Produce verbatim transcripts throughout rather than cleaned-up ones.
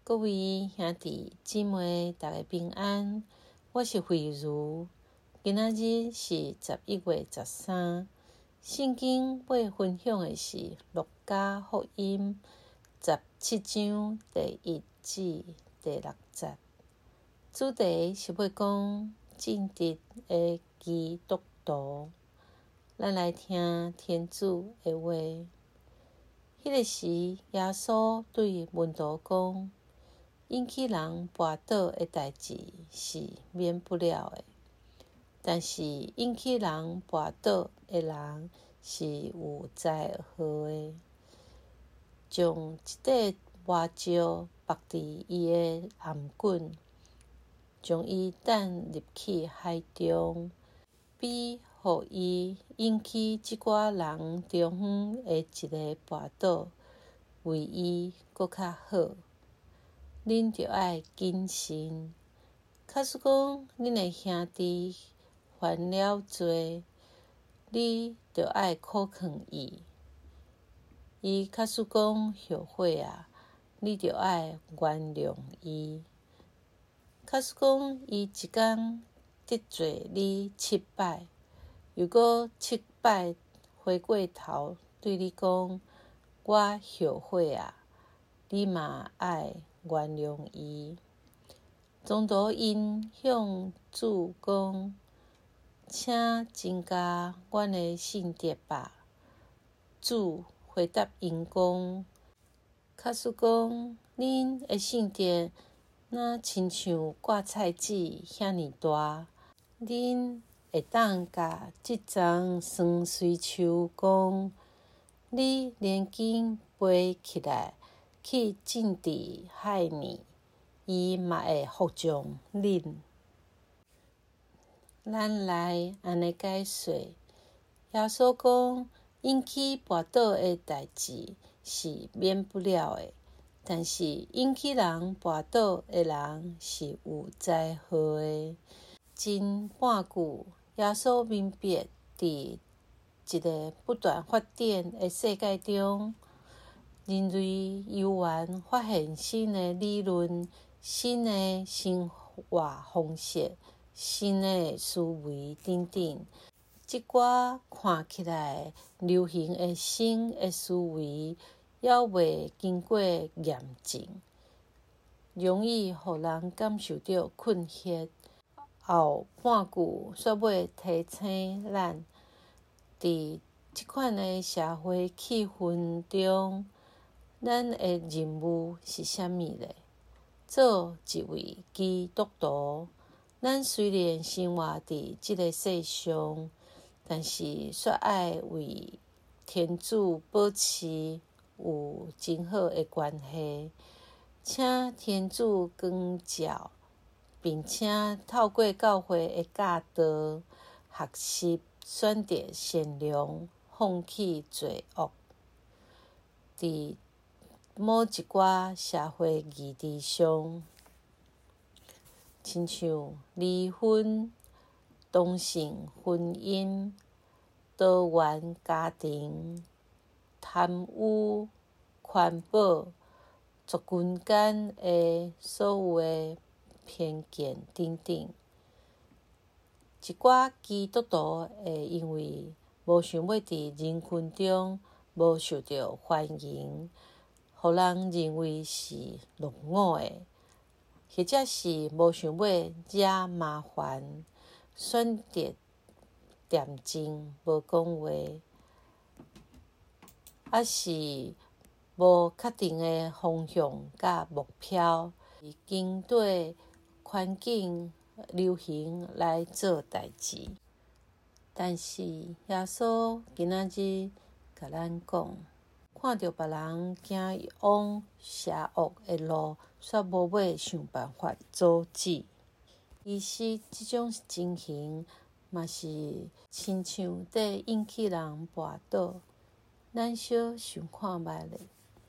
各位兄弟姊妹，大家平安。我是慧如。今仔日是十一月十三。圣经要分享的是《路加福音》十七章第一至第六节。主题是要讲正直的基督徒。咱来听天主的话。迄个时，耶稣对门徒讲：引起人跌倒的代志是免不了的，但是引起人跌倒的人是有才华的。将一块外石绑伫伊的颔棍，将伊弹入去海中，比互伊引起即寡人中央的一个跌倒，为伊搁较好。恁着爱谨慎。假使讲恁的兄弟犯了罪，你着爱苦劝伊。伊假使讲后悔啊，你着爱原谅伊。假使讲伊一工得罪你七摆，如果七摆回过头对你讲我后悔啊，你嘛爱原谅伊。宗徒因向主讲：请增加阮的信德吧。主回答因讲：假使讲恁的信德若亲像芥菜籽遐尼大，恁会当甲即丛酸水树讲：你连紧飞起来，去浸伫海里，伊嘛会服从恁。咱来安尼解说，耶稣讲引起跌倒的代志是免不了的，但是引起人跌倒的人是有才华的。前半句，耶稣明白伫一个不断发展的世界中，人类悠然发现新的理论、新的生活方式、新的思维等等。即寡看起来流行的新的思维，还未经过验证，容易互人感受到困惑。后半句煞要提醒咱，伫即款的社会气氛中，咱的任务是啥物呢？做一位基督徒，咱虽然生活伫即个世上，但是煞爱为天主保持有真好的关系，请天主光照，并且透过教会的教导，学习选择善良，放弃罪恶。伫某一寡社会议题上，亲像离婚、同性婚姻、多元家庭、贪污、环保、族群间的所有的偏见等等，一寡基督徒会因为无想要伫人群中无受到欢迎，互人认为是落伍的，或者是无想要惹麻烦，选择恬静无讲话，还是无确定的方向甲目标，经对环境流行来做代志。但是耶稣今仔日甲咱讲，看到别人行往邪恶的路，煞无要想办法阻止。其实即种情形嘛是亲像在引起人跌倒，咱小想看觅咧。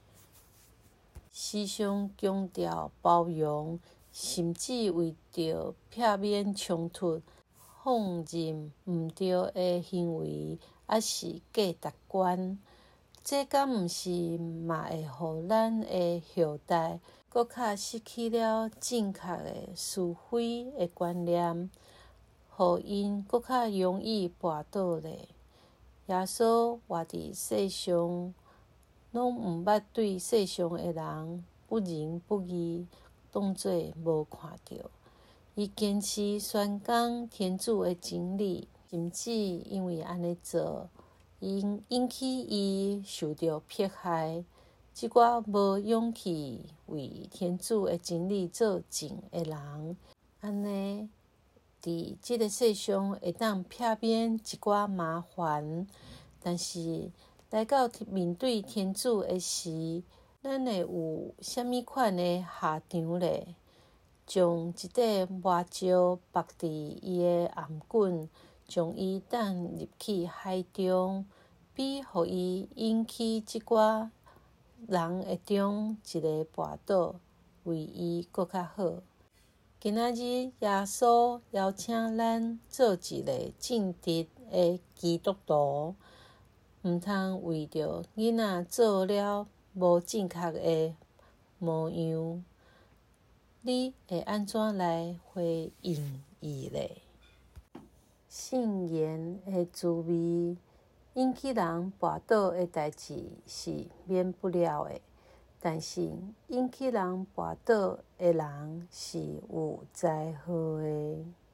时常强调包容，甚至为着避免冲突，放任毋对的行为，还是价值观， 这敢毋是嘛会互咱的后代搁较失去了正确的是非的观念，互因搁较容易跋倒咧。耶稣活伫世上，拢毋捌对世上的人不仁不义，当作无看到。伊坚持宣讲天主的真理，甚至因为安尼做，因引起伊受到迫害。即寡无勇气为天主的真理做证的人，安尼伫即个世上会当避免一寡麻烦，但是来到面对天主的时，咱会有啥物款的下场咧？将一块麻石绑伫伊的颔棍，将伊放入去海中，比互伊引起即寡人的中一个跋倒，为伊搁较好。今仔日耶稣邀请咱做一个正直的基督徒，毋通为着囡仔做了无正确的模样。你会安怎来回应伊咧？圣言的滋味，引起人跋倒的代志是免不了的，但是引起人跋倒的人是有才华的。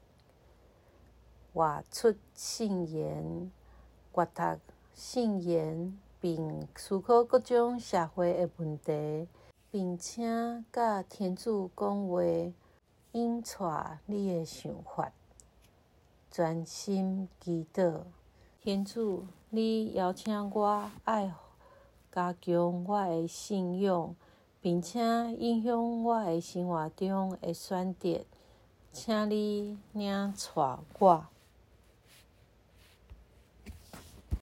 活出圣言，阅读圣言，并思考各种社会的问题，并且甲天主讲话，引出你的想法，专心祈祷。天主，你邀请我爱加强我的信仰，并且影响我的生活中的选择，请你领带我。